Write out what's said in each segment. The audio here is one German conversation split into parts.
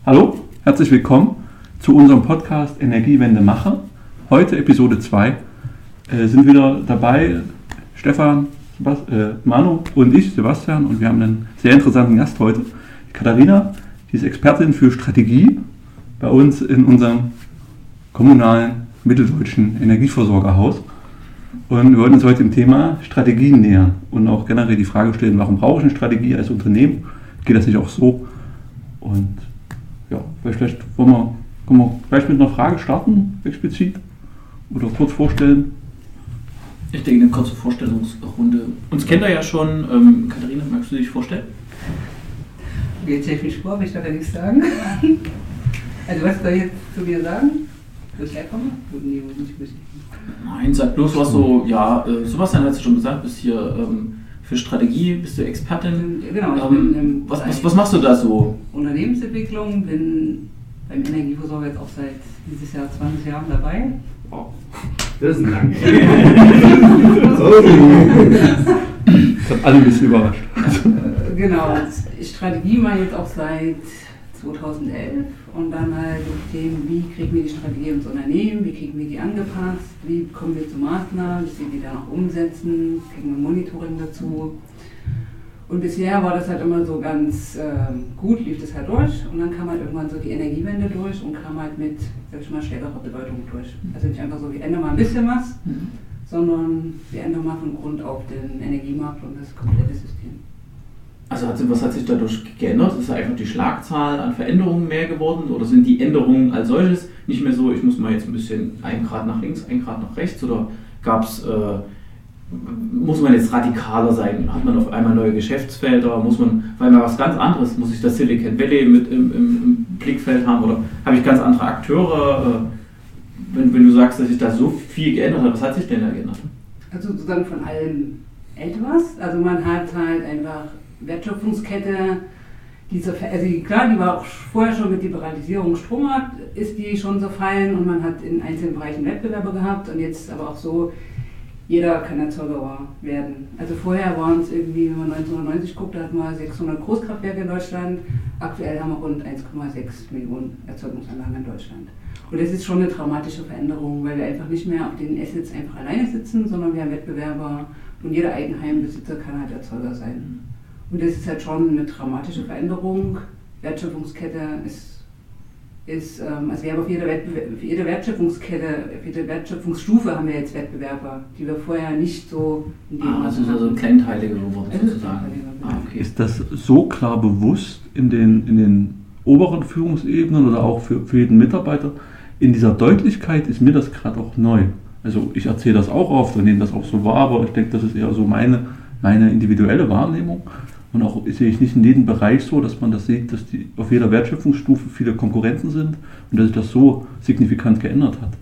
Hallo, herzlich willkommen zu unserem Podcast Energiewende Macher. Heute Episode 2 sind wieder dabei Stefan, Manu und ich, Sebastian, und wir haben einen sehr interessanten Gast heute, Katharina, die ist Expertin für Strategie bei uns in unserem kommunalen mitteldeutschen Energieversorgerhaus. Und wir wollten uns heute dem Thema Strategien nähern und auch generell die Frage stellen, warum brauche ich eine Strategie als Unternehmen? Geht das nicht auch so? Und ja, vielleicht können wir gleich mit einer Frage starten, explizit, oder kurz vorstellen. Ich denke, eine kurze Vorstellungsrunde. Uns kennt ihr ja schon. Katharina, magst du dich vorstellen? Geht sehr viel Sport, ich darf ja nichts sagen. Also was soll ich jetzt zu mir sagen? Wo ich herkomme? Nee, wo nicht wissen. Nein, sag bloß was so, ja, Sebastian hat es schon gesagt, bist hier für Strategie, bist du Expertin. Genau, ich bin was machst du da so? Unternehmensentwicklung, bin beim Energieversorger jetzt auch seit dieses Jahr 20 Jahren dabei. Wow. Das ist ein lang. Das hat alle ein bisschen überrascht. Genau, Strategie mache ich jetzt auch seit 2011 und dann halt die Themen, wie kriegen wir die Strategie ins Unternehmen, wie kriegen wir die angepasst, wie kommen wir zu Maßnahmen, wie wir die dann auch umsetzen, kriegen wir Monitoring dazu. Und bisher war das halt immer so ganz gut, lief das halt durch und dann kam halt irgendwann so die Energiewende durch und kam halt mit, sag ich mal, stärkerer Bedeutung durch. Also nicht einfach so, wir ändern mal ein bisschen was, sondern wir ändern mal von Grund auf den Energiemarkt und das komplette System. Also was hat sich dadurch geändert? Ist einfach die Schlagzahl an Veränderungen mehr geworden oder sind die Änderungen als solches nicht mehr so, ich muss mal jetzt ein bisschen 1 Grad nach links, 1 Grad nach rechts oder muss man jetzt radikaler sein? Hat man auf einmal neue Geschäftsfelder? Muss man, weil man was ganz anderes, muss ich das Silicon Valley mit im Blickfeld haben oder habe ich ganz andere Akteure? Wenn du sagst, dass sich da so viel geändert hat, was hat sich denn da geändert? Also sozusagen von allem etwas. Also man hat halt einfach Wertschöpfungskette, klar, die war auch vorher schon mit Liberalisierung Strommarkt, ist die schon so fallen und man hat in einzelnen Bereichen Wettbewerber gehabt und jetzt aber auch so, jeder kann Erzeuger werden. Also vorher waren es irgendwie, wenn man 1990 guckt, da hatten wir 600 Großkraftwerke in Deutschland, aktuell haben wir rund 1,6 Millionen Erzeugungsanlagen in Deutschland. Und das ist schon eine dramatische Veränderung, weil wir einfach nicht mehr auf den Assets einfach alleine sitzen, sondern wir haben Wettbewerber und jeder Eigenheimbesitzer kann halt Erzeuger sein. Und das ist halt schon eine dramatische Veränderung. Wertschöpfungskette also wir haben auf jede Wertschöpfungskette, auf jede Wertschöpfungsstufe haben wir jetzt Wettbewerber, die wir vorher nicht so in dem also so kleinteilige geworden sozusagen. Okay. Ist das so klar bewusst in den oberen Führungsebenen oder auch für jeden Mitarbeiter? In dieser Deutlichkeit ist mir das gerade auch neu. Also ich erzähle das auch oft und nehme das auch so wahr, aber ich denke, das ist eher so meine individuelle Wahrnehmung. Und auch sehe ich nicht in jedem Bereich so, dass man das sieht, dass auf jeder Wertschöpfungsstufe viele Konkurrenten sind und dass sich das so signifikant geändert hat.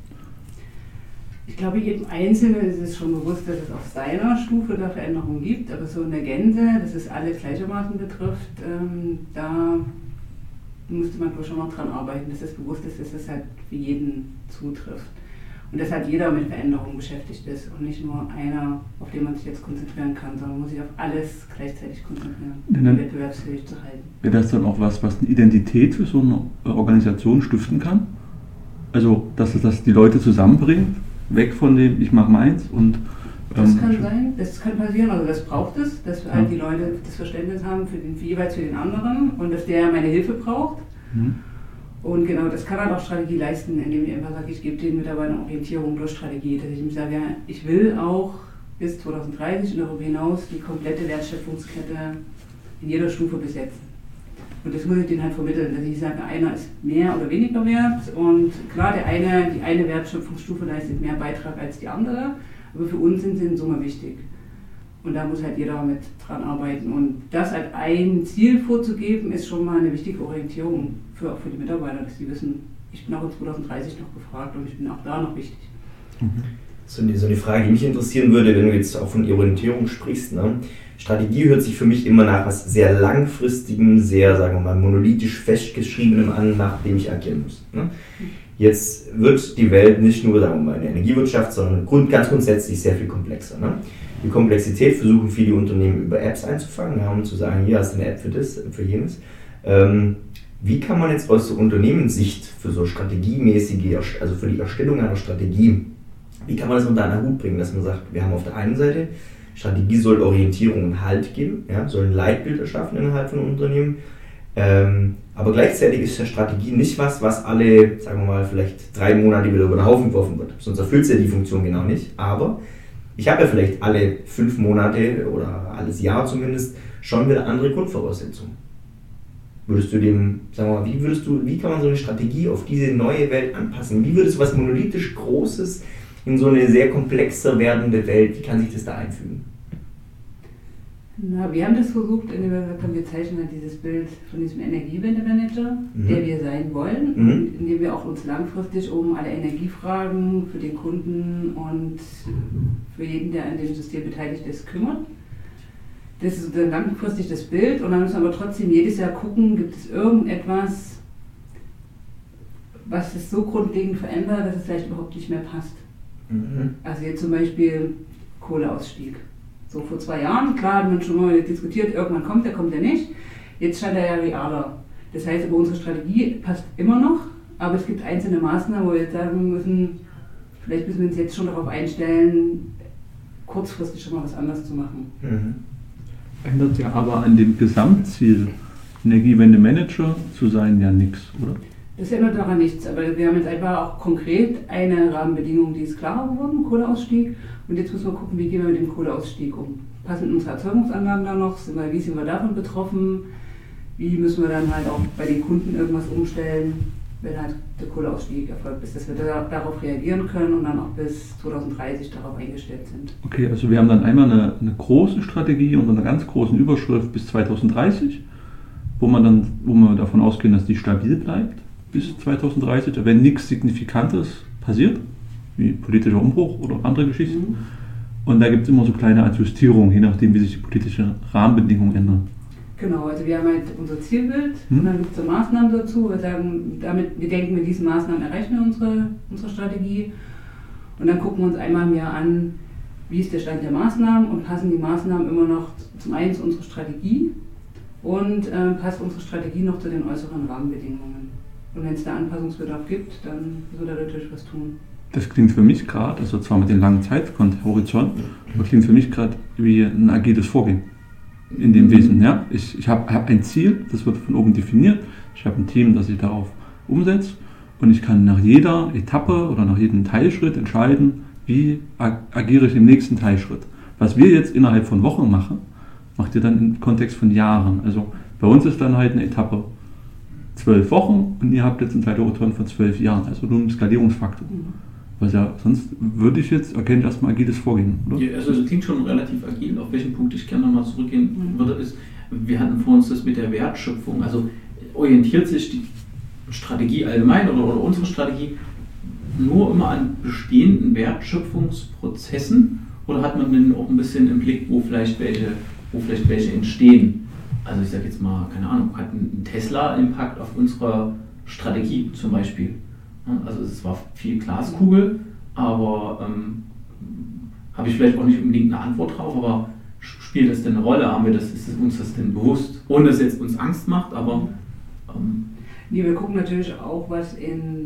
Ich glaube, jedem Einzelnen ist es schon bewusst, dass es auf seiner Stufe da Veränderungen gibt, aber so in der Gänze, dass es alle gleichermaßen betrifft, da musste man wohl schon noch dran arbeiten, dass es bewusst ist, dass es halt für jeden zutrifft. Und dass halt jeder mit Veränderungen beschäftigt ist und nicht nur einer, auf den man sich jetzt konzentrieren kann, sondern muss sich auf alles gleichzeitig konzentrieren, um wettbewerbsfähig zu halten. Wäre das dann auch was eine Identität für so eine Organisation stiften kann? Also, dass es die Leute zusammenbringt, weg von dem ich mache meins und... Das kann sein, das kann passieren, also das braucht es, dass halt die Leute das Verständnis haben jeweils für den anderen und dass der meine Hilfe braucht. Und genau, das kann halt auch Strategie leisten, indem ich einfach sage, ich gebe den Mitarbeitern Orientierung durch Strategie. Dass ich ihm sage, ja, ich will auch bis 2030 und darüber hinaus die komplette Wertschöpfungskette in jeder Stufe besetzen. Und das muss ich denen halt vermitteln, dass ich sage, einer ist mehr oder weniger wert und klar, die eine Wertschöpfungsstufe leistet mehr Beitrag als die andere, aber für uns sind sie in Summe wichtig. Und da muss halt jeder mit dran arbeiten. Und das als ein Ziel vorzugeben, ist schon mal eine wichtige Orientierung auch für die Mitarbeiter, dass sie wissen, ich bin auch in 2030 noch gefragt und ich bin auch da noch wichtig. So eine Frage, die mich interessieren würde, wenn du jetzt auch von Orientierung sprichst. Ne? Strategie hört sich für mich immer nach was sehr langfristigem, sehr, sagen wir mal, monolithisch festgeschriebenem an, nach dem ich agieren muss. Ne? Jetzt wird die Welt nicht nur, sagen wir mal, eine Energiewirtschaft, sondern ganz grundsätzlich sehr viel komplexer. Ne? Die Komplexität versuchen viele Unternehmen über Apps einzufangen, um zu sagen, hier hast du eine App für das, für jenes. Wie kann man jetzt aus der Unternehmenssicht für so strategiemäßige, also für die Erstellung einer Strategie, wie kann man das unter einen Hut bringen, dass man sagt, wir haben auf der einen Seite, Strategie soll Orientierung und Halt geben, ja, soll ein Leitbild erschaffen innerhalb von einem Unternehmen, aber gleichzeitig ist ja Strategie nicht was alle, sagen wir mal, vielleicht 3 Monate wieder über den Haufen geworfen wird, sonst erfüllt es ja die Funktion genau nicht, aber ich habe ja vielleicht alle 5 Monate oder alles Jahr zumindest schon wieder andere Grundvoraussetzungen. Würdest du dem, sagen wir mal, wie kann man so eine Strategie auf diese neue Welt anpassen? Wie würdest du was monolithisch Großes in so eine sehr komplexer werdende Welt, wie kann sich das da einfügen? Na, wir haben das versucht, indem wir gesagt haben, wir zeichnen halt dieses Bild von diesem Energiewende-Manager, der wir sein wollen, und indem wir auch uns langfristig um alle Energiefragen für den Kunden und für jeden, der an dem System beteiligt ist, kümmern. Das ist dann langfristig das Bild, und dann müssen wir aber trotzdem jedes Jahr gucken, gibt es irgendetwas, was es so grundlegend verändert, dass es vielleicht überhaupt nicht mehr passt. Also jetzt zum Beispiel Kohleausstieg. So vor 2 Jahren, klar, hat man schon mal diskutiert, irgendwann kommt er nicht. Jetzt scheint er ja realer. Das heißt, aber unsere Strategie passt immer noch, aber es gibt einzelne Maßnahmen, wo wir jetzt sagen müssen, vielleicht müssen wir uns jetzt schon darauf einstellen, kurzfristig schon mal was anderes zu machen. Ändert ja aber an dem Gesamtziel, Energiewende-Manager zu sein, ja nichts, oder? Das ändert daran nichts, aber wir haben jetzt einfach auch konkret eine Rahmenbedingung, die ist klarer geworden, Kohleausstieg. Und jetzt müssen wir gucken, wie gehen wir mit dem Kohleausstieg um. Passen unsere Erzeugungsanlagen da noch? Wie sind wir davon betroffen? Wie müssen wir dann halt auch bei den Kunden irgendwas umstellen, wenn halt der Kohleausstieg erfolgt ist, dass wir darauf reagieren können und dann auch bis 2030 darauf eingestellt sind. Okay, also wir haben dann einmal eine große Strategie unter einer ganz großen Überschrift bis 2030, wo wir davon ausgehen, dass die stabil bleibt bis 2030, wenn nichts Signifikantes passiert, wie politischer Umbruch oder andere Geschichten. Und da gibt es immer so kleine Adjustierungen, je nachdem, wie sich die politischen Rahmenbedingungen ändern. Genau, also wir haben halt unser Zielbild und dann gibt es so Maßnahmen dazu. Wir sagen, wir denken, mit diesen Maßnahmen erreichen wir unsere Strategie. Und dann gucken wir uns einmal im Jahr an, wie ist der Stand der Maßnahmen, und passen die Maßnahmen immer noch zum einen zu unserer Strategie und passt unsere Strategie noch zu den äußeren Rahmenbedingungen. Und wenn es da Anpassungsbedarf gibt, dann müssen wir da natürlich was tun. Das klingt für mich gerade, also zwar mit dem langen Zeithorizont, aber klingt für mich gerade wie ein agiles Vorgehen in dem Wesen. Ja? Ich hab ein Ziel, das wird von oben definiert, ich habe ein Team, das sich darauf umsetzt, und ich kann nach jeder Etappe oder nach jedem Teilschritt entscheiden, wie agiere ich im nächsten Teilschritt. Was wir jetzt innerhalb von Wochen machen, macht ihr dann im Kontext von Jahren. Also bei uns ist dann halt eine Etappe 12 Wochen und ihr habt jetzt einen Zeithorizont von 12 Jahren, also nur ein Skalierungsfaktor. Was ja, sonst würde ich jetzt erstmal agiles Vorgehen, oder? Ja, also das klingt schon relativ agil. Auf welchen Punkt ich gerne nochmal zurückgehen würde, ist, wir hatten vor uns das mit der Wertschöpfung. Also orientiert sich die Strategie allgemein oder unsere Strategie nur immer an bestehenden Wertschöpfungsprozessen, oder hat man denn auch ein bisschen im Blick, wo vielleicht welche entstehen? Also ich sage jetzt mal, keine Ahnung, hat ein Tesla Impact auf unsere Strategie zum Beispiel? Also es war viel Glaskugel, aber habe ich vielleicht auch nicht unbedingt eine Antwort drauf, aber spielt das denn eine Rolle? Ist uns das denn bewusst? Ohne dass es jetzt uns Angst macht, aber... Nee, wir gucken natürlich auch, was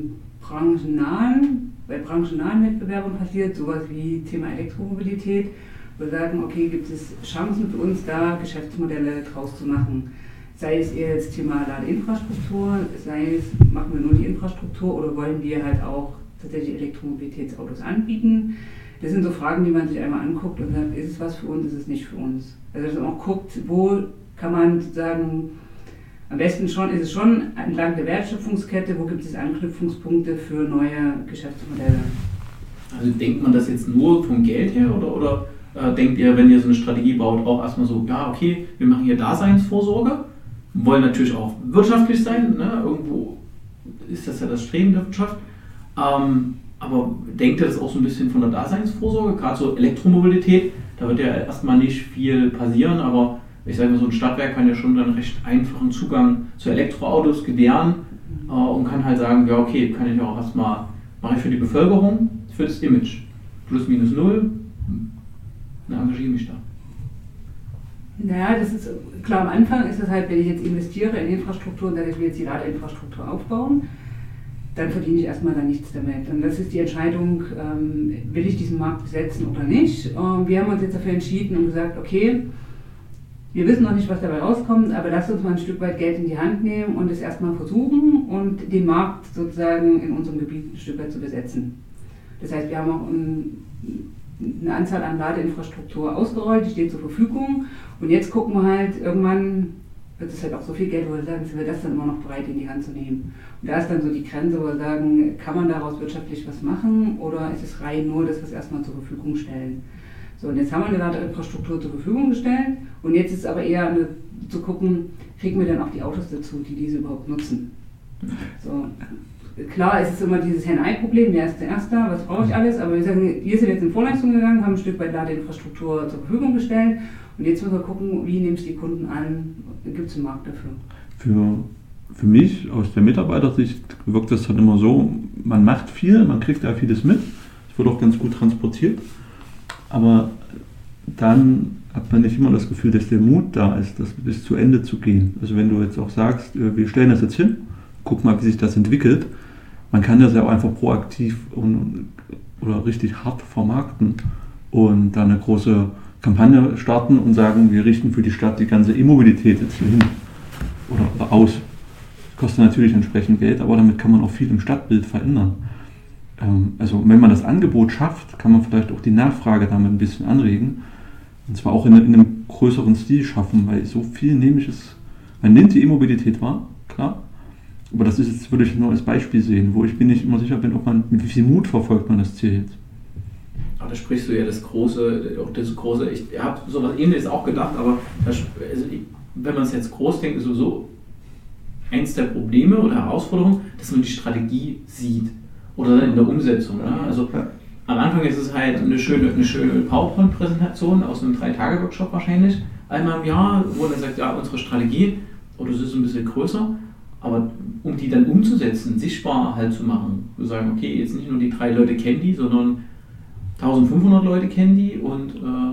bei branchennahen Wettbewerbern passiert, sowas wie Thema Elektromobilität. Wir sagen, okay, gibt es Chancen für uns da, Geschäftsmodelle draus zu machen? Sei es eher jetzt Thema Ladeinfrastruktur, sei es, machen wir nur die Infrastruktur oder wollen wir halt auch tatsächlich Elektromobilitätsautos anbieten? Das sind so Fragen, die man sich einmal anguckt und sagt, ist es was für uns, ist es nicht für uns? Also dass man auch guckt, wo kann man sagen, am besten ist es schon entlang der Wertschöpfungskette, wo gibt es Anknüpfungspunkte für neue Geschäftsmodelle? Also denkt man das jetzt nur vom Geld her oder denkt ihr, wenn ihr so eine Strategie baut, auch erstmal so, ja okay, wir machen hier Daseinsvorsorge, wollen natürlich auch wirtschaftlich sein, ne? Irgendwo ist das ja das Streben der Wirtschaft, aber denkt ihr das auch so ein bisschen von der Daseinsvorsorge, gerade so Elektromobilität, da wird ja erstmal nicht viel passieren, aber ich sage mal, so ein Stadtwerk kann ja schon dann recht einfachen Zugang zu Elektroautos gewähren und kann halt sagen, ja okay, kann ich auch erstmal, mache ich für die Bevölkerung, für das Image, plus minus null, dann engagiere ich mich da. Naja, das ist klar, am Anfang ist es halt, wenn ich jetzt investiere in Infrastruktur und sage, ich will jetzt die Ladeinfrastruktur aufbauen, dann verdiene ich erstmal da nichts damit. Und das ist die Entscheidung, will ich diesen Markt besetzen oder nicht. Wir haben uns jetzt dafür entschieden und gesagt, okay, wir wissen noch nicht, was dabei rauskommt, aber lasst uns mal ein Stück weit Geld in die Hand nehmen und es erstmal versuchen und den Markt sozusagen in unserem Gebiet ein Stück weit zu besetzen. Das heißt, wir haben auch eine Anzahl an Ladeinfrastruktur ausgerollt, die steht zur Verfügung und jetzt gucken wir halt, irgendwann wird es halt auch so viel Geld, wo wir sagen, sind wir das dann immer noch bereit in die Hand zu nehmen. Und da ist dann so die Grenze, wo wir sagen, kann man daraus wirtschaftlich was machen oder ist es rein nur, dass wir es erstmal zur Verfügung stellen. So, und jetzt haben wir eine Ladeinfrastruktur zur Verfügung gestellt und jetzt ist es aber eher zu gucken, kriegen wir dann auch die Autos dazu, die diese überhaupt nutzen. So. Klar, es ist immer dieses Henne-Ei-Problem, wer ist zuerst da, was brauche ich alles, aber wir sagen, wir sind jetzt in Vorleistung gegangen, haben ein Stück weit Ladeinfrastruktur zur Verfügung gestellt und jetzt müssen wir gucken, wie nehmen es die Kunden an, gibt es einen Markt dafür. Für mich aus der Mitarbeitersicht wirkt das dann immer so, man macht viel, man kriegt da vieles mit, es wird auch ganz gut transportiert, aber dann hat man nicht immer das Gefühl, dass der Mut da ist, das bis zu Ende zu gehen. Also wenn du jetzt auch sagst, wir stellen das jetzt hin, guck mal, wie sich das entwickelt, man kann das ja auch einfach proaktiv oder richtig hart vermarkten und da eine große Kampagne starten und sagen, wir richten für die Stadt die ganze E-Mobilität jetzt hier hin oder aus. Das kostet natürlich entsprechend Geld, aber damit kann man auch viel im Stadtbild verändern. Also wenn man das Angebot schafft, kann man vielleicht auch die Nachfrage damit ein bisschen anregen und zwar auch in einem größeren Stil schaffen, weil so viel man nimmt die E-Mobilität wahr, klar, aber das ist jetzt, würde ich nur als Beispiel sehen, wo ich mir nicht immer sicher bin, mit wie viel Mut verfolgt man das Ziel jetzt. Aber da sprichst du ja das große, ich habe sowas Ähnliches auch gedacht, aber wenn man es jetzt groß denkt, ist sowieso eins der Probleme oder Herausforderungen, dass man die Strategie sieht oder in der Umsetzung. Ja? Also am Anfang ist es halt eine schöne PowerPoint-Präsentation aus einem 3-Tage-Workshop wahrscheinlich, einmal im Jahr, wo man sagt, ja, unsere Strategie, oder es ist ein bisschen größer, aber um die dann umzusetzen, sichtbar halt zu machen, zu sagen, okay, jetzt nicht nur die 3 Leute kennen die, sondern 1500 Leute kennen die und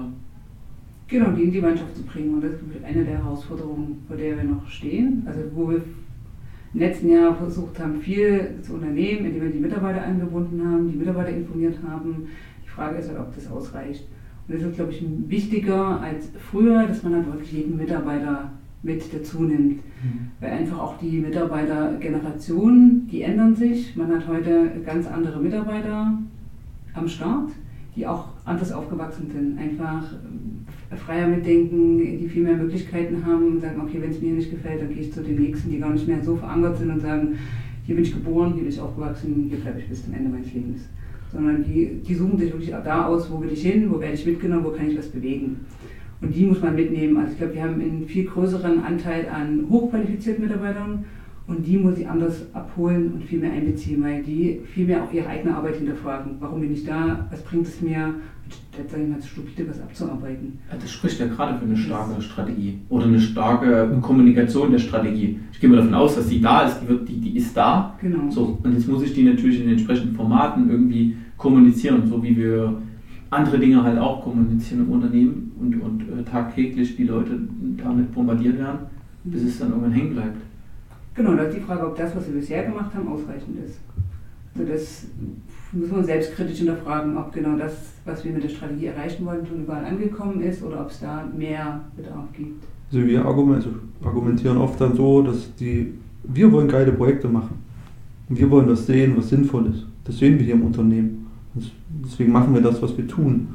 genau, die in die Mannschaft zu bringen. Und das ist eine der Herausforderungen, vor der wir noch stehen. Also wo wir im letzten Jahr versucht haben, viel zu unternehmen, indem wir die Mitarbeiter eingebunden haben, die Mitarbeiter informiert haben. Die Frage ist halt, ob das ausreicht. Und das ist, glaube ich, wichtiger als früher, dass man halt wirklich jeden Mitarbeiter mit dazu nimmt. Weil einfach auch die Mitarbeitergenerationen, die ändern sich. Man hat heute ganz andere Mitarbeiter am Start, die auch anders aufgewachsen sind, einfach freier mitdenken, die viel mehr Möglichkeiten haben und sagen, okay, wenn es mir nicht gefällt, dann gehe ich zu den Nächsten, die gar nicht mehr so verankert sind und sagen, hier bin ich geboren, hier bin ich aufgewachsen, hier bleibe ich bis zum Ende meines Lebens. Sondern die suchen sich wirklich da aus, wo will ich hin, wo werde ich mitgenommen, wo kann ich was bewegen. Und die muss man mitnehmen. Also ich glaube, wir haben einen viel größeren Anteil an hochqualifizierten Mitarbeitern und die muss ich anders abholen und viel mehr einbeziehen, weil die viel mehr auch ihre eigene Arbeit hinterfragen. Warum bin ich da? Was bringt es mir? Statt, sage ich mal, stupide was abzuarbeiten. Das spricht ja gerade für eine starke Strategie oder eine starke Kommunikation der Strategie. Ich gehe mal davon aus, dass die da ist, die ist da. Genau. So, und jetzt muss ich die natürlich in den entsprechenden Formaten irgendwie kommunizieren, so wie wir andere Dinge halt auch kommunizieren im Unternehmen und tagtäglich die Leute damit bombardiert werden, bis es dann irgendwann hängen bleibt. Genau, da ist die Frage, ob das, was wir bisher gemacht haben, ausreichend ist. Also das müssen wir selbstkritisch hinterfragen, ob genau das, was wir mit der Strategie erreichen wollten, schon überall angekommen ist oder ob es da mehr Bedarf gibt. Also wir argumentieren oft dann so, dass wir wollen geile Projekte machen. Und wir wollen das sehen, was sinnvoll ist. Das sehen wir hier im Unternehmen. Deswegen machen wir das, was wir tun.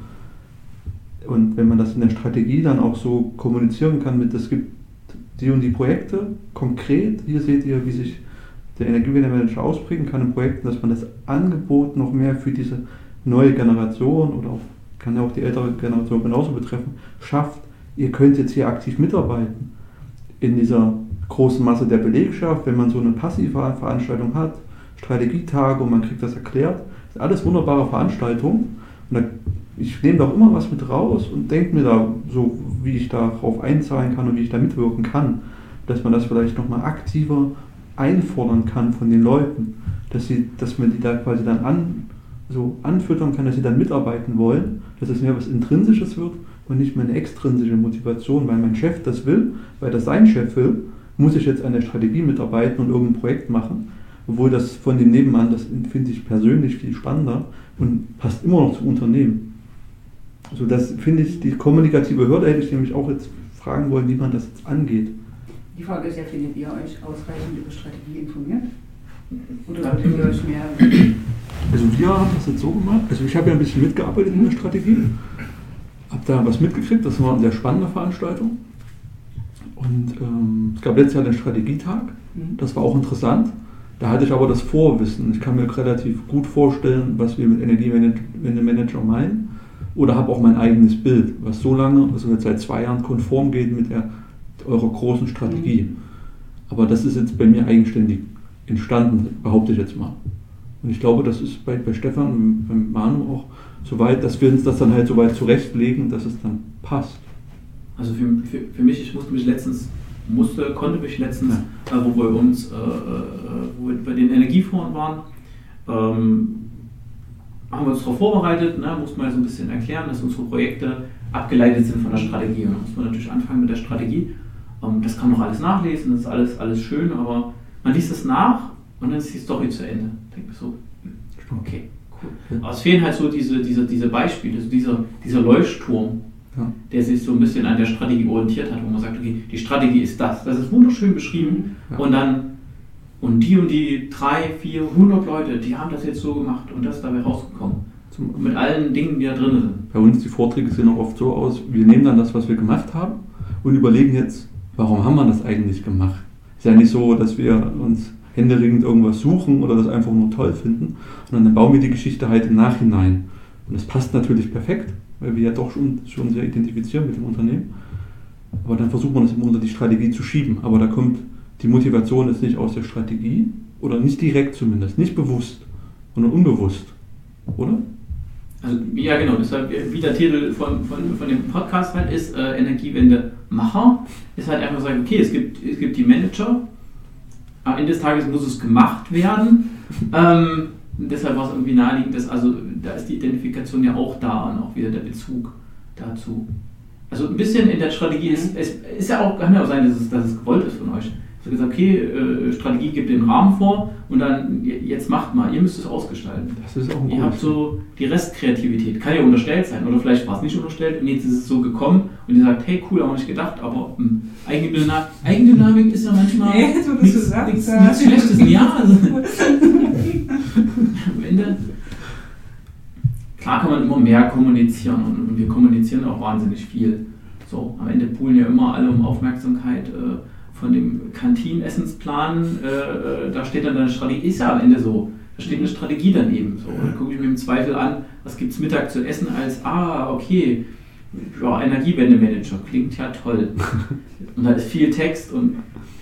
Und wenn man das in der Strategie dann auch so kommunizieren kann mit, es gibt die und die Projekte, konkret, hier seht ihr, wie sich der Energiewende-Manager ausbringen kann in Projekten, dass man das Angebot noch mehr für diese neue Generation oder auch, kann ja auch die ältere Generation genauso betreffen, schafft. Ihr könnt jetzt hier aktiv mitarbeiten in dieser großen Masse der Belegschaft, wenn man so eine passive Veranstaltung hat, Strategietage und man kriegt das erklärt. Das sind alles wunderbare Veranstaltungen. Und ich nehme da auch immer was mit raus und denke mir da so, wie ich darauf einzahlen kann und wie ich da mitwirken kann, dass man das vielleicht nochmal aktiver einfordern kann von den Leuten, dass man die da quasi dann anfüttern kann, dass sie dann mitarbeiten wollen, dass es mehr was Intrinsisches wird und nicht meine extrinsische Motivation, weil mein Chef das will, weil das sein Chef will, muss ich jetzt an der Strategie mitarbeiten und irgendein Projekt machen, obwohl das von dem Nebenan, das finde ich persönlich viel spannender und passt immer noch zum Unternehmen. Also das finde ich, die kommunikative Hürde hätte ich nämlich auch jetzt fragen wollen, wie man das jetzt angeht. Die Frage ist ja, findet ihr euch ausreichend über Strategie informiert? Oder solltet ihr euch mehr... Also wir haben das jetzt so gemacht, also ich habe ja ein bisschen mitgearbeitet in der Strategie, habe da was mitgekriegt, das war eine sehr spannende Veranstaltung. Und es gab letztes Jahr den Strategietag, das war auch interessant. Da hatte ich aber das Vorwissen. Ich kann mir relativ gut vorstellen, was wir mit Energiewende-Manager meinen. Oder habe auch mein eigenes Bild, was so lange, also jetzt seit 2 Jahren konform geht mit eurer großen Strategie. Aber das ist jetzt bei mir eigenständig entstanden, behaupte ich jetzt mal. Und ich glaube, das ist bei Stefan und beim Manu auch so weit, dass wir uns das dann halt so weit zurechtlegen, dass es dann passt. Also für mich, ich konnte mich letztens, wo wir uns, wo wir bei den Energieforen waren, haben wir uns darauf vorbereitet, muss man ja so ein bisschen erklären, dass unsere Projekte abgeleitet sind von der Strategie. Und da muss man natürlich anfangen mit der Strategie. Das kann man auch alles nachlesen, das ist alles schön, aber man liest es nach und dann ist die Story zu Ende. Da denke ich so, okay, cool. Aber es fehlen halt so diese Beispiele, also dieser Leuchtturm, der sich so ein bisschen an der Strategie orientiert hat, wo man sagt, okay, die Strategie ist das ist wunderschön beschrieben und die 300, 400, 100 Leute, die haben das jetzt so gemacht und das ist dabei rausgekommen. Mit allen Dingen, die da drin sind. Bei uns, die Vorträge sehen auch oft so aus, wir nehmen dann das, was wir gemacht haben und überlegen jetzt, warum haben wir das eigentlich gemacht? Ist ja nicht so, dass wir uns händeringend irgendwas suchen oder das einfach nur toll finden, sondern dann bauen wir die Geschichte halt im Nachhinein. Und das passt natürlich perfekt, weil wir ja doch schon sehr identifizieren mit dem Unternehmen. Aber dann versucht man das immer unter die Strategie zu schieben. Aber da kommt, die Motivation ist nicht aus der Strategie, oder nicht direkt zumindest, nicht bewusst, sondern unbewusst, oder? Also, ja genau, deshalb, wie der Titel von dem Podcast halt ist, Energiewende Macher, ist halt einfach sagen, okay, es gibt die Manager, am Ende des Tages muss es gemacht werden, deshalb war es irgendwie naheliegend, also da ist die Identifikation ja auch da und auch wieder der Bezug dazu. Also ein bisschen in der Strategie ist ja auch, kann ja auch sein, dass es gewollt ist von euch. So gesagt, okay, Strategie gibt den Rahmen vor und dann jetzt macht mal, ihr müsst es ausgestalten. Das ist auch ein ihr habt so die Restkreativität, kann ja unterstellt sein oder vielleicht war es nicht unterstellt und jetzt ist es so gekommen und ihr sagt, hey cool, haben wir nicht gedacht, aber Eigendynamik ist ja manchmal nichts Schlechtes. Ja, also, am Ende, klar kann man immer mehr kommunizieren und wir kommunizieren auch wahnsinnig viel. So, am Ende poolen ja immer alle um Aufmerksamkeit. Von dem Kantinessenssplan, da steht dann eine Strategie, ist ja am Ende so, da steht eine Strategie daneben. So. Dann gucke ich mir im Zweifel an, was gibt es Mittag zu essen als, okay, ja, Energiewende-Manager, klingt ja toll. Und da ist viel Text und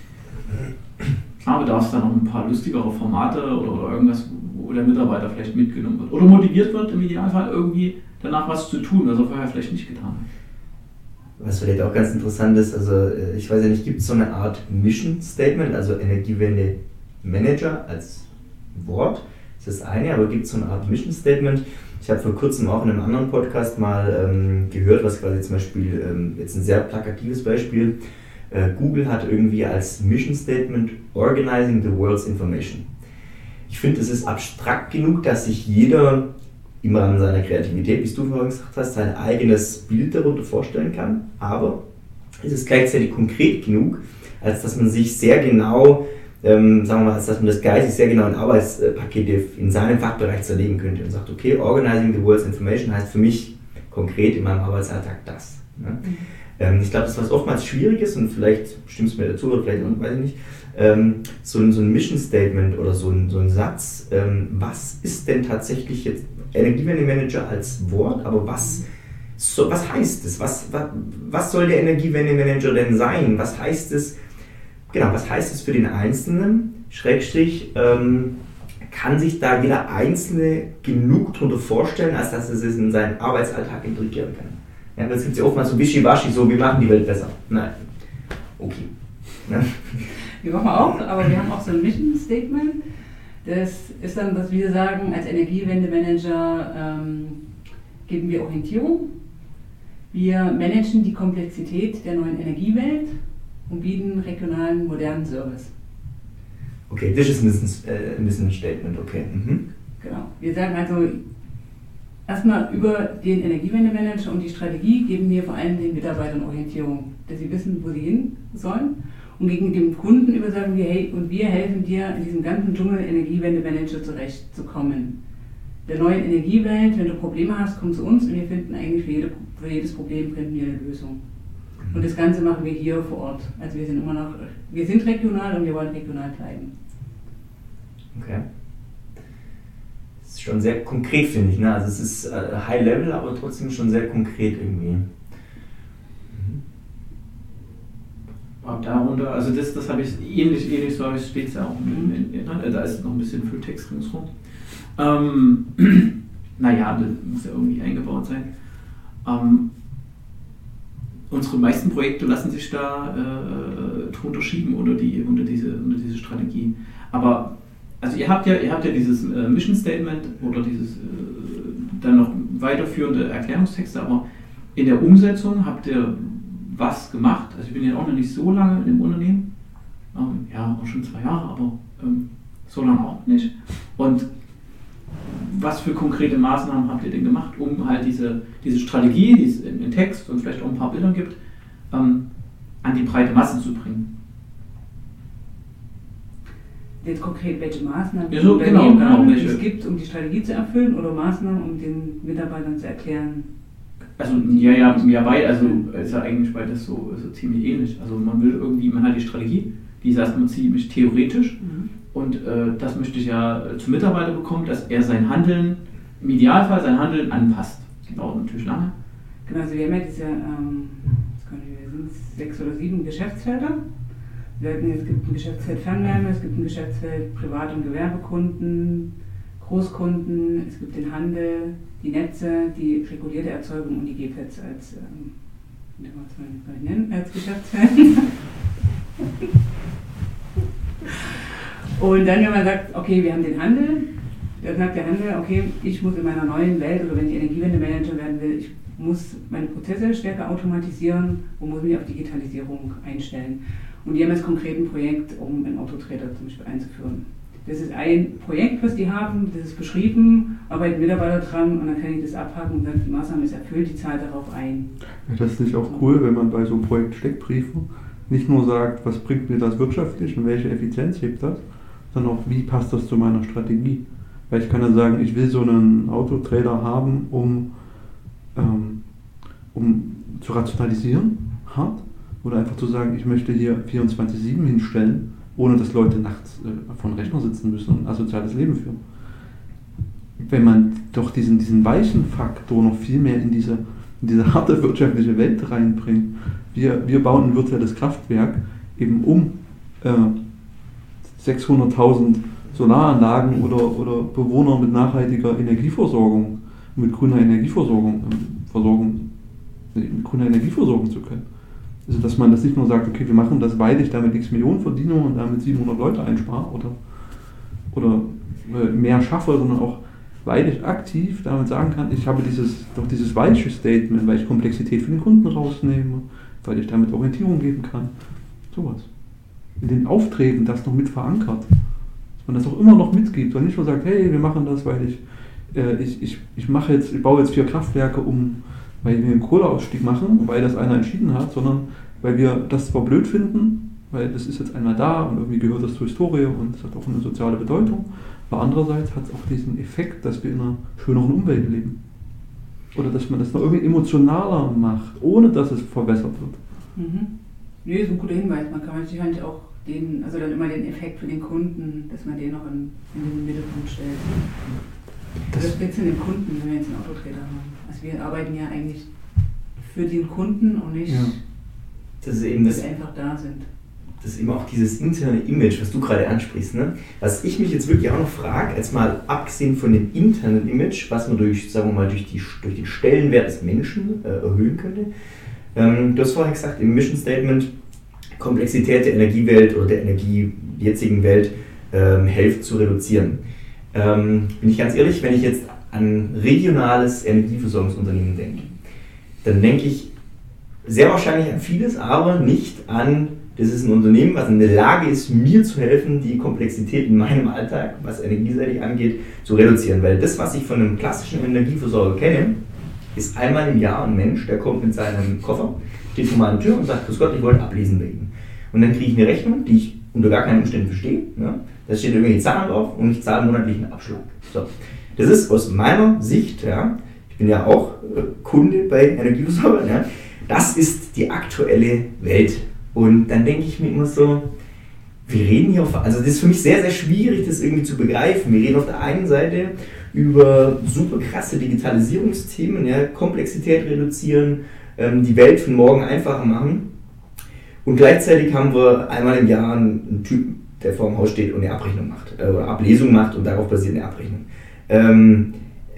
klar bedarf es dann noch ein paar lustigere Formate oder irgendwas, wo der Mitarbeiter vielleicht mitgenommen wird. Oder motiviert wird im Idealfall irgendwie danach was zu tun, was er vorher vielleicht nicht getan hat. Was vielleicht auch ganz interessant ist, also ich weiß ja nicht, gibt es so eine Art Mission Statement, also Energiewende Manager als Wort, das ist das eine, aber gibt es so eine Art Mission Statement? Ich habe vor kurzem auch in einem anderen Podcast mal gehört, was quasi zum Beispiel, jetzt ein sehr plakatives Beispiel, Google hat irgendwie als Mission Statement Organizing the World's Information. Ich finde, es ist abstrakt genug, dass sich jeder im Rahmen seiner Kreativität, wie du vorhin gesagt hast, sein eigenes Bild darunter vorstellen kann, aber es ist gleichzeitig konkret genug, als dass man sich sehr genau, sagen wir mal, als dass man das geistig sehr genau in Arbeitspakete in seinem Fachbereich zerlegen könnte und sagt, okay, Organizing the World's Information heißt für mich konkret in meinem Arbeitsalltag das. Ne? Ich glaube, das ist was oftmals schwierig ist und vielleicht stimmst du mir dazu oder vielleicht weiß ich nicht, so ein Mission Statement oder so ein Satz, was ist denn tatsächlich jetzt Energiewende-Manager als Wort, aber was heißt es? Was soll der Energiewende-Manager denn sein? Was heißt es für den Einzelnen? Schrägstrich, kann sich da jeder Einzelne genug darunter vorstellen, als dass es in seinen Arbeitsalltag integrieren kann? Ja, das gibt es ja oftmals so wischiwaschi, so wir machen die Welt besser. Nein. Okay. Ja. Wir machen auch, aber wir haben auch so ein Mission Statement. Das ist dann, dass wir sagen, als Energiewende-Manager geben wir Orientierung. Wir managen die Komplexität der neuen Energiewelt und bieten regionalen, modernen Service. Okay, das ist ein bisschen ein Statement, okay. Mhm. Genau. Wir sagen also, erstmal über den Energiewendemanager und die Strategie geben wir vor allem den Mitarbeitern Orientierung, dass sie wissen, wo sie hin sollen. Und gegen den Kunden über sagen wir, hey, und wir helfen dir, in diesem ganzen Dschungel Energiewendemanager zurechtzukommen. Der neuen Energiewelt, wenn du Probleme hast, komm zu uns und wir finden eigentlich für jedes Problem finden wir eine Lösung. Und das Ganze machen wir hier vor Ort. Also wir sind regional und wir wollen regional bleiben. Okay. Das ist schon sehr konkret, finde ich. Ne? Also es ist High Level, aber trotzdem schon sehr konkret irgendwie. Aber darunter, also das habe ich ähnlich so steht es ja auch da ist noch ein bisschen Fülltext ringsrum. Naja, das muss ja irgendwie eingebaut sein. Unsere meisten Projekte lassen sich da drunter schieben unter diese Strategie. Aber also ihr habt ja dieses Mission Statement oder dieses dann noch weiterführende Erklärungstexte, aber in der Umsetzung habt ihr was gemacht? Also ich bin ja auch noch nicht so lange im Unternehmen, ja auch schon 2 Jahre, aber so lange auch nicht. Und was für konkrete Maßnahmen habt ihr denn gemacht, um halt diese Strategie, die es in Text und vielleicht auch ein paar Bildern gibt, an die breite Masse zu bringen? Jetzt konkret welche Maßnahmen ja, so, genau, welche es gibt, um die Strategie zu erfüllen, oder Maßnahmen, um den Mitarbeitern zu erklären? Also ja, also ist ja eigentlich beides so ziemlich ähnlich. Also man hat die Strategie, die ist erstmal ziemlich theoretisch. Und das möchte ich ja zum Mitarbeiter bekommen, dass er im Idealfall sein Handeln anpasst. Das dauert natürlich lange. Genau, also wir haben ja diese, wir sind 6 oder 7 Geschäftsfelder. Es gibt ein Geschäftsfeld Fernwärme, es gibt ein Geschäftsfeld Privat- und Gewerbekunden, Großkunden, es gibt den Handel, die Netze, die regulierte Erzeugung und die GPETs als Geschäftsfeld. Und dann, wenn man sagt, okay, wir haben den Handel, dann sagt der Handel, okay, ich muss in meiner neuen Welt oder wenn ich Energiewendemanager werden will, ich muss meine Prozesse stärker automatisieren und muss mich auf Digitalisierung einstellen. Und die haben jetzt konkret ein Projekt, um einen Autotrader zum Beispiel einzuführen. Das ist ein Projekt, was die haben, das ist beschrieben, arbeiten Mitarbeiter dran und dann kann ich das abhaken und sagen, die Maßnahme ist erfüllt, die zahlt darauf ein. Ja, das ist nicht auch cool, wenn man bei so einem Projekt Steckbriefen nicht nur sagt, was bringt mir das wirtschaftlich und welche Effizienz hebt das, sondern auch, wie passt das zu meiner Strategie. Weil ich kann ja sagen, ich will so einen Autotrader haben, um zu rationalisieren, hart, oder einfach zu sagen, ich möchte hier 24/7 hinstellen, ohne dass Leute nachts vor dem Rechner sitzen müssen und ein asoziales Leben führen. Wenn man doch diesen weichen Faktor noch viel mehr in diese harte wirtschaftliche Welt reinbringt, wir bauen ein virtuelles Kraftwerk eben um 600.000 Solaranlagen oder Bewohner mit nachhaltiger Energieversorgung, mit grüner Energieversorgung zu können. Also dass man das nicht nur sagt, okay, wir machen das, weil ich damit x Millionen verdiene und damit 700 Leute einspare oder mehr schaffe, sondern auch, weil ich aktiv damit sagen kann, ich habe dieses weiche Statement, weil ich Komplexität für den Kunden rausnehme, weil ich damit Orientierung geben kann. Sowas. In den Aufträgen das noch mit verankert. Dass man das auch immer noch mitgibt und nicht nur sagt, hey, wir machen das, weil ich baue jetzt 4 Kraftwerke weil wir einen Kohleausstieg machen, weil das einer entschieden hat, sondern weil wir das zwar blöd finden, weil das ist jetzt einmal da und irgendwie gehört das zur Historie und es hat auch eine soziale Bedeutung, aber andererseits hat es auch diesen Effekt, dass wir in einer schöneren Umwelt leben. Oder dass man das noch irgendwie emotionaler macht, ohne dass es verwässert wird. Mhm. Nee, ist ein guter Hinweis. Man kann sich halt auch dann immer den Effekt für den Kunden, dass man den noch in den Mittelpunkt stellt. Das geht zu den Kunden, wenn wir jetzt einen Autotrader haben. Also wir arbeiten ja eigentlich für den Kunden und nicht, dass wir einfach da sind. Das ist eben auch dieses interne Image, was du gerade ansprichst. Ne? Was ich mich jetzt wirklich auch noch frage, jetzt mal abgesehen von dem internen Image, was man durch den Stellenwert des Menschen erhöhen könnte. Du hast vorhin gesagt, im Mission Statement, Komplexität der Energiewelt oder der jetzigen Welt helfen zu reduzieren. Bin ich ganz ehrlich, wenn ich jetzt an regionales Energieversorgungsunternehmen denke, dann denke ich sehr wahrscheinlich an vieles, aber nicht an, das ist ein Unternehmen, was in der Lage ist, mir zu helfen, die Komplexität in meinem Alltag, was energieseitig angeht, zu reduzieren. Weil das, was ich von einem klassischen Energieversorger kenne, ist einmal im Jahr ein Mensch, der kommt mit seinem Koffer, steht vor meiner Tür und sagt, grüß Gott, ich wollte ablesen bei Ihnen. Und dann kriege ich eine Rechnung, die ich unter gar keinen Umständen verstehe. Ja? Da steht irgendwie Zahlen drauf und ich zahle monatlich einen Abschlag. So. Das ist aus meiner Sicht, ja, ich bin ja auch Kunde bei Energieversorgern, ja, das ist die aktuelle Welt. Und dann denke ich mir immer so, wir reden hier also das ist für mich sehr, sehr schwierig, das irgendwie zu begreifen. Wir reden auf der einen Seite über super krasse Digitalisierungsthemen, ja, Komplexität reduzieren, die Welt von morgen einfacher machen. Und gleichzeitig haben wir einmal im Jahr einen Typen, der vor dem Haus steht und eine Abrechnung macht, oder Ablesung macht und darauf basiert eine Abrechnung.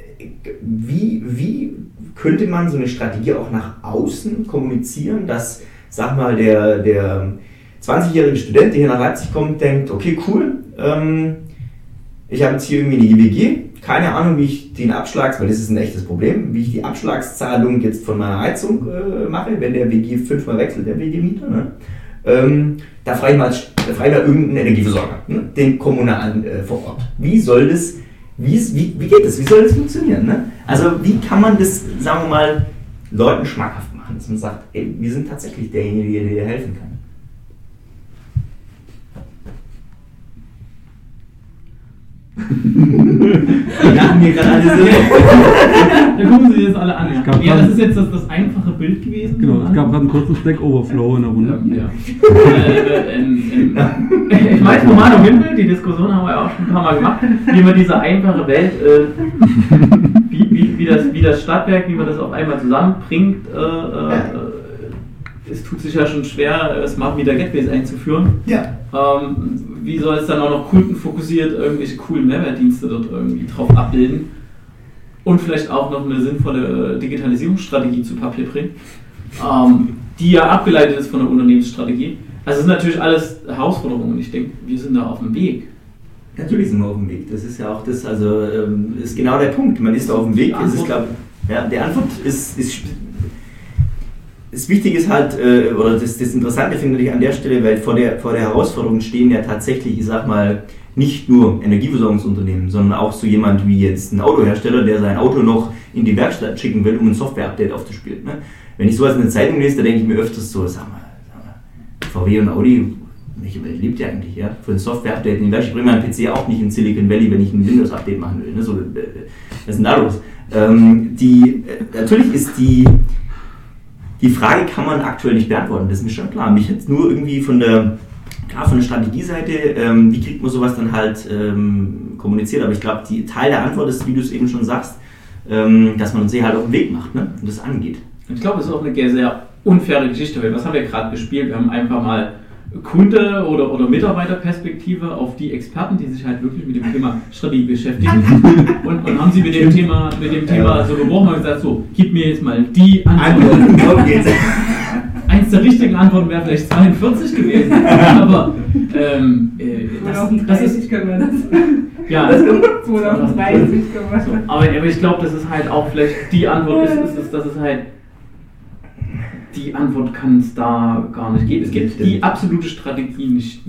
Wie könnte man so eine Strategie auch nach außen kommunizieren, dass, sag mal, der 20-jährige Student, der hier nach Leipzig kommt, denkt, okay, cool, ich habe jetzt hier irgendwie eine GWG, keine Ahnung, wie ich den weil das ist ein echtes Problem, wie ich die Abschlagszahlung jetzt von meiner Heizung mache, wenn der WG 5-mal wechselt, der WG-Mieter, ne? Da frage ich mal irgendeinen Energieversorger, ne? Den kommunalen vor Ort. Wie geht das? Wie soll das funktionieren? Ne? Also wie kann man das, sagen wir mal, Leuten schmackhaft machen, dass man sagt, ey, wir sind tatsächlich derjenige, der dir helfen kann. Die lachen mir gerade alle so. Da gucken sie jetzt alle an. Ja, das ist jetzt das einfache Bild gewesen. Genau, es gab gerade einen kurzen Stack Overflow in der Runde. Ja. Ich weiß, wo Manu hin will, die Diskussion haben wir ja auch schon ein paar Mal gemacht, wie man diese einfache Welt, wie das Stadtwerk, wie man das auf einmal zusammenbringt. Es tut sich ja schon schwer, Smart Meter Gateways einzuführen. Ja. Wie soll es dann auch noch kundenfokussiert irgendwelche coolen Mehrwertdienste dort irgendwie drauf abbilden und vielleicht auch noch eine sinnvolle Digitalisierungsstrategie zu Papier bringen, die ja abgeleitet ist von der Unternehmensstrategie. Also es sind natürlich alles Herausforderungen und ich denke, wir sind da auf dem Weg. Natürlich sind wir auf dem Weg. Das ist ja auch das, also ist genau der Punkt. Man ist da auf dem Weg. Es ist, glaub, ja, die Antwort ist das Wichtige ist halt, oder das Interessante finde ich an der Stelle, weil vor der Herausforderung stehen ja tatsächlich, ich sag mal, nicht nur Energieversorgungsunternehmen, sondern auch so jemand wie jetzt ein Autohersteller, der sein Auto noch in die Werkstatt schicken will, um ein Software-Update aufzuspielen. Ne? Wenn ich sowas in der Zeitung lese, da denke ich mir öfters so, sag mal, VW und Audi, welche Welt lebt ihr eigentlich? Ja? Für ein Software-Update in die Werkstatt, ich bringe meinen PC auch nicht in Silicon Valley, wenn ich ein Windows-Update machen will. Ne? So, was ist denn da los? Natürlich ist die Frage kann man aktuell nicht beantworten, das ist mir schon klar. Mich jetzt nur irgendwie von der Strategieseite, wie kriegt man sowas dann halt kommuniziert, aber ich glaube, Teil der Antwort ist, wie du es eben schon sagst, dass man sich halt auf den Weg macht, ne? Und das angeht. Ich glaube, es ist auch eine sehr unfaire Geschichte, weil was haben wir gerade gespielt? Wir haben einfach mal Kunde- oder Mitarbeiterperspektive auf die Experten, die sich halt wirklich mit dem Thema Strategie beschäftigen und haben sie mit dem Thema so gebrochen und gesagt, so, gib mir jetzt mal die Antwort. Eins der richtigen Antworten wäre vielleicht 42 gewesen, aber das ist, können wir das. Ja, 2030 können wir das. Aber ich glaube, das ist halt auch vielleicht die Antwort ist, dass es halt die Antwort kann es da gar nicht geben. Es gibt die absolute Strategie nicht.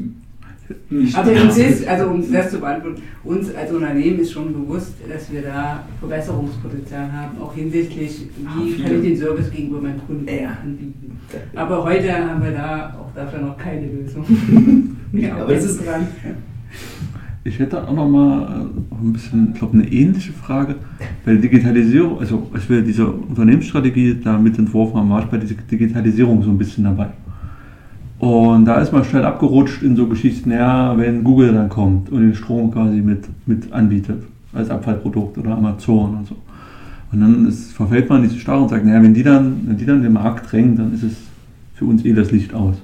Also um das zu beantworten, uns als Unternehmen ist schon bewusst, dass wir da Verbesserungspotenzial haben, auch hinsichtlich, wie kann ich den Service gegenüber meinen Kunden anbieten. Aber heute haben wir da auch dafür noch keine Lösung. Ja, aber das ist dran. Ich hätte auch noch mal ein bisschen, ich glaube, eine ähnliche Frage, weil Digitalisierung, also als wir diese Unternehmensstrategie da mit entworfen haben, war ich bei dieser Digitalisierung so ein bisschen dabei. Und da ist man schnell abgerutscht in so Geschichten, ja, wenn Google dann kommt und den Strom quasi mit anbietet, als Abfallprodukt oder Amazon und so. Und dann verfällt man in diese Starre und sagt, naja, wenn die dann den Markt drängen, dann ist es für uns das Licht aus.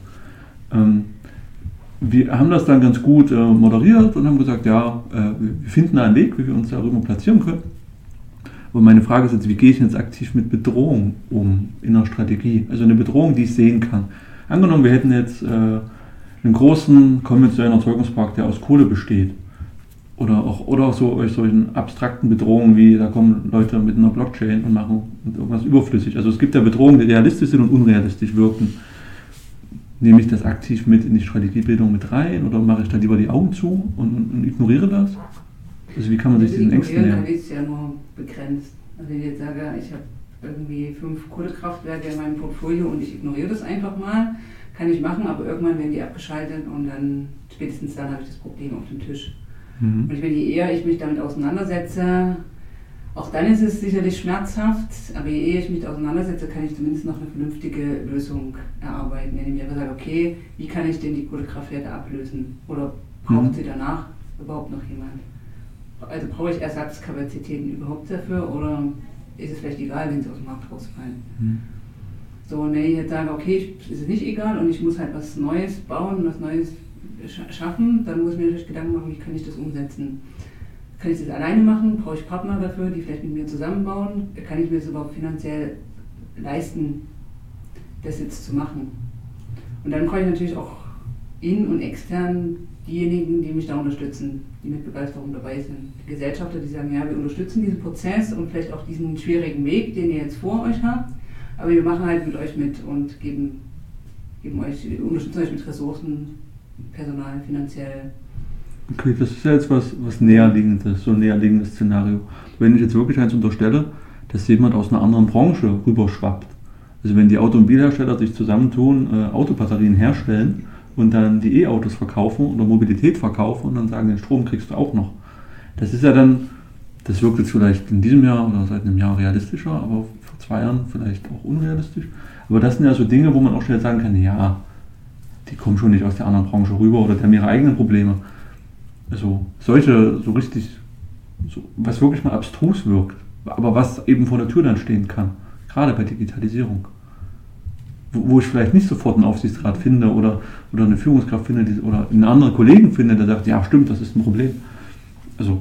Wir haben das dann ganz gut moderiert und haben gesagt, ja, wir finden da einen Weg, wie wir uns darüber platzieren können. Und meine Frage ist jetzt, wie gehe ich jetzt aktiv mit Bedrohung um in der Strategie? Also eine Bedrohung, die ich sehen kann. Angenommen, wir hätten jetzt einen großen konventionellen Erzeugungspark, der aus Kohle besteht. Oder auch so solchen abstrakten Bedrohungen wie, da kommen Leute mit einer Blockchain und machen irgendwas überflüssig. Also es gibt ja Bedrohungen, die realistisch sind und unrealistisch wirken. Nehme ich das aktiv mit in die Strategiebildung mit rein oder mache ich da lieber die Augen zu und ignoriere das? Also wie kann man sich diesen Ängsten nähern? Kann ich es ja nur begrenzt. Also wenn ich jetzt sage, ich habe irgendwie 5 Kohlekraftwerke in meinem Portfolio und ich ignoriere das einfach mal, kann ich machen, aber irgendwann werden die abgeschaltet und dann, spätestens dann habe ich das Problem auf dem Tisch. Und je eher ich mich damit auseinandersetze, auch dann ist es sicherlich schmerzhaft, aber je eher ich mich auseinandersetze, kann ich zumindest noch eine vernünftige Lösung erarbeiten. Wenn ich mir einfach sage, okay, wie kann ich denn die Kohlekraftwerke ablösen? Oder braucht sie danach überhaupt noch jemand? Also brauche ich Ersatzkapazitäten überhaupt dafür oder ist es vielleicht egal, wenn sie aus dem Markt rausfallen? So, und wenn ich jetzt sage, okay, ist es nicht egal und ich muss halt was Neues bauen, was Neues schaffen, dann muss ich mir natürlich Gedanken machen, wie kann ich das umsetzen. Kann ich das alleine machen? Brauche ich Partner dafür, die vielleicht mit mir zusammenbauen? Kann ich mir das überhaupt finanziell leisten, das jetzt zu machen? Und dann brauche ich natürlich auch in- und extern diejenigen, die mich da unterstützen, die mit Begeisterung dabei sind. Die Gesellschafter, die sagen, ja, wir unterstützen diesen Prozess und vielleicht auch diesen schwierigen Weg, den ihr jetzt vor euch habt, aber wir machen halt mit euch mit und unterstützen euch mit Ressourcen, Personal, finanziell. Okay, das ist ja jetzt was Näherliegendes, so ein näherliegendes Szenario. Wenn ich jetzt wirklich eins unterstelle, dass jemand aus einer anderen Branche rüberschwappt. Also wenn die Automobilhersteller sich zusammentun, Autobatterien herstellen und dann die E-Autos verkaufen oder Mobilität verkaufen und dann sagen, den Strom kriegst du auch noch. Das ist ja dann, das wirkt jetzt vielleicht in diesem Jahr oder seit einem Jahr realistischer, aber vor 2 Jahren vielleicht auch unrealistisch. Aber das sind ja so Dinge, wo man auch schnell sagen kann, ja, die kommen schon nicht aus der anderen Branche rüber oder die haben ihre eigenen Probleme. Also solche, so richtig, so, was wirklich mal abstrus wirkt, aber was eben vor der Tür dann stehen kann, gerade bei Digitalisierung. Wo ich vielleicht nicht sofort einen Aufsichtsrat finde oder eine Führungskraft finde oder einen anderen Kollegen finde, der sagt, ja stimmt, das ist ein Problem. Also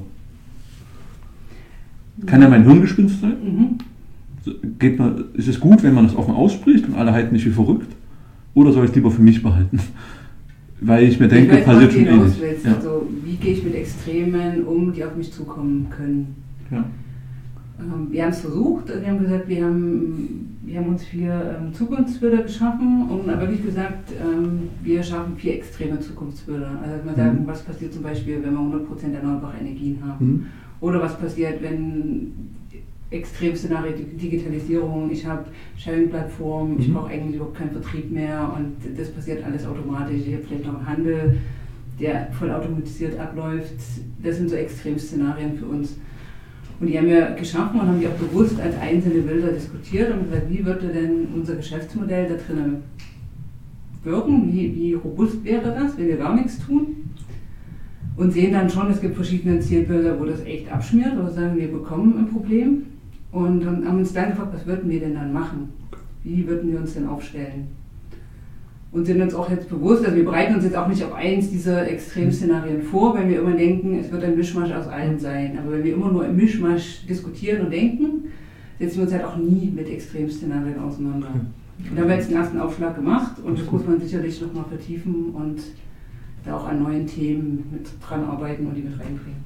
kann ja mein Hirngespinst sein. Ist es gut, wenn man das offen ausspricht und alle halten mich für verrückt? Oder soll ich es lieber für mich behalten? Weil ich mir denke, passiert schon ähnlich. Ja. Also, wie gehe ich mit Extremen um, die auf mich zukommen können? Ja. Wir haben es versucht, wir haben gesagt, wir haben uns 4 Zukunftsbilder geschaffen und wirklich gesagt, wir schaffen 4 extreme Zukunftsbilder. Also wir sagen, was passiert zum Beispiel, wenn wir 100% erneuerbare Energien haben? Oder was passiert, wenn Extremszenario Digitalisierung, ich habe Sharing-Plattformen, ich brauche eigentlich überhaupt keinen Vertrieb mehr und das passiert alles automatisch. Ich habe vielleicht noch einen Handel, der voll automatisiert abläuft. Das sind so Extremszenarien für uns. Und die haben wir geschaffen und haben die auch bewusst als einzelne Bilder diskutiert und gesagt, wie würde denn unser Geschäftsmodell da drinnen wirken, wie robust wäre das, wenn wir gar nichts tun? Und sehen dann schon, es gibt verschiedene Zielbilder, wo das echt abschmiert oder sagen, wir bekommen ein Problem. Und haben uns dann gefragt, was würden wir denn dann machen? Wie würden wir uns denn aufstellen? Und sind uns auch jetzt bewusst, also wir bereiten uns jetzt auch nicht auf eins dieser Extremszenarien vor, weil wir immer denken, es wird ein Mischmasch aus allen sein. Aber wenn wir immer nur im Mischmasch diskutieren und denken, setzen wir uns halt auch nie mit Extremszenarien auseinander. Und da haben wir jetzt einen ersten Aufschlag gemacht und das muss man sicherlich nochmal vertiefen und da auch an neuen Themen mit dran arbeiten und die mit reinbringen.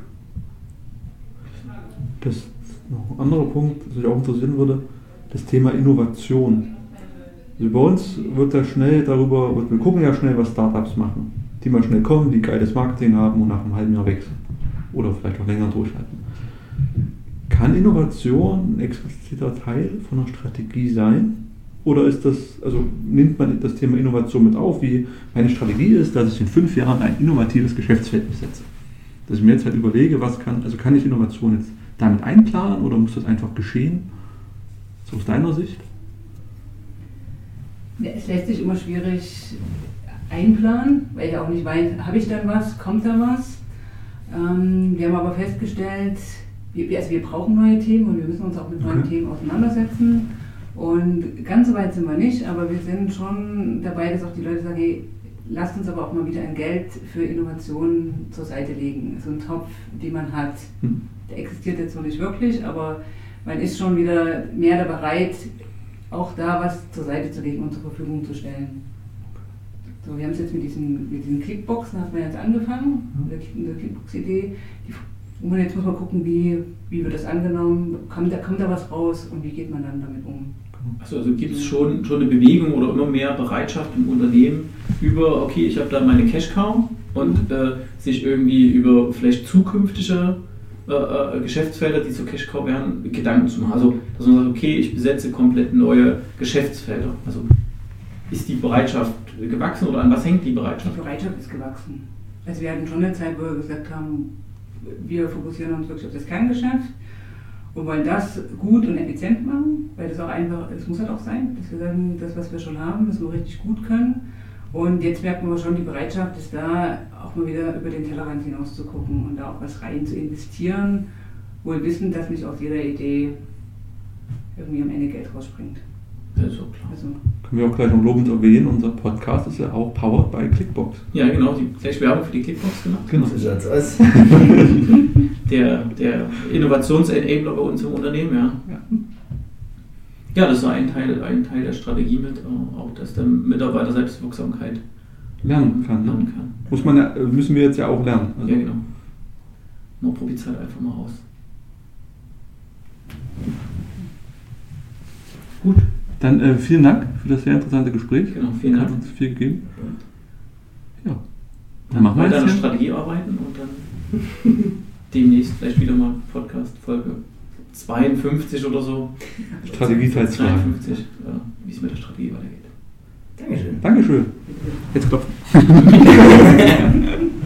Das ist noch ein anderer Punkt, das mich auch interessieren würde, das Thema Innovation. Also bei uns wird ja schnell wir gucken ja schnell, was Startups machen, die mal schnell kommen, die geiles Marketing haben und nach einem halben Jahr wechseln oder vielleicht auch länger durchhalten. Kann Innovation ein expliziter Teil von einer Strategie sein? Oder ist das, also nimmt man das Thema Innovation mit auf, wie meine Strategie ist, dass ich in 5 Jahren ein innovatives Geschäftsfeld besetze? Dass ich mir jetzt halt überlege, kann ich Innovation jetzt damit einplanen oder muss das einfach geschehen? So aus deiner Sicht? Ja, es lässt sich immer schwierig einplanen, weil ich auch nicht weiß, habe ich dann was, kommt da was? Wir haben aber festgestellt, wir brauchen neue Themen und wir müssen uns auch mit neuen Themen auseinandersetzen. Und ganz so weit sind wir nicht, aber wir sind schon dabei, dass auch die Leute sagen, hey, lasst uns aber auch mal wieder ein Geld für Innovationen zur Seite legen. So ein Topf, den man hat, der existiert jetzt noch nicht wirklich, aber man ist schon wieder mehr bereit, auch da was zur Seite zu legen und zur Verfügung zu stellen. So, wir haben es jetzt mit diesen Clickboxen, hat man jetzt angefangen, mit der Clickbox-Idee. Und jetzt muss man gucken, wie wird das angenommen, kommt da was raus und wie geht man dann damit um. Also gibt es schon eine Bewegung oder immer mehr Bereitschaft im Unternehmen über, okay, ich habe da meine Cash-Cow und sich irgendwie über vielleicht zukünftige Geschäftsfelder, die zur Cash-Cow werden, Gedanken zu machen. Also, dass man sagt, okay, ich besetze komplett neue Geschäftsfelder. Also ist die Bereitschaft gewachsen oder an was hängt die Bereitschaft? Die Bereitschaft ist gewachsen. Also wir hatten schon eine Zeit, wo wir gesagt haben, wir fokussieren uns wirklich auf das Kerngeschäft und wollen das gut und effizient machen, weil das auch einfach, es muss halt auch sein, dass wir sagen, das, was wir schon haben, müssen wir richtig gut können. Und jetzt merken wir schon, die Bereitschaft ist da, auch mal wieder über den Tellerrand hinaus zu gucken und da auch was rein zu investieren, wohl wissend, dass nicht aus jeder Idee irgendwie am Ende Geld rausspringt. Ja, ist auch klar. Also, Können wir auch gleich noch lobend erwähnen, unser Podcast ist ja auch powered by Clickbox. Ja, genau, gleich Werbung für die Clickbox gemacht. Genau. So schaut's aus. Der Innovationsenabler bei uns im Unternehmen, ja. Ja, das ist ein Teil der Strategie mit, auch dass der Mitarbeiter Selbstwirksamkeit Lernen kann. Ne? lernen kann. Müssen wir jetzt ja auch lernen. Also, Ja, genau. Man probiert es halt einfach mal aus. Gut, Dann vielen Dank für das sehr interessante Gespräch. genau, vielen Dank. Hat uns viel gegeben. Ja. Dann machen wir weiter an jetzt der hier. Strategie arbeiten und dann demnächst vielleicht wieder mal Podcast-Folge 52 oder so. Strategie Teil 2. 53, wie es mit der Strategie weitergeht. Dankeschön. Dankeschön. Jetzt klopfen.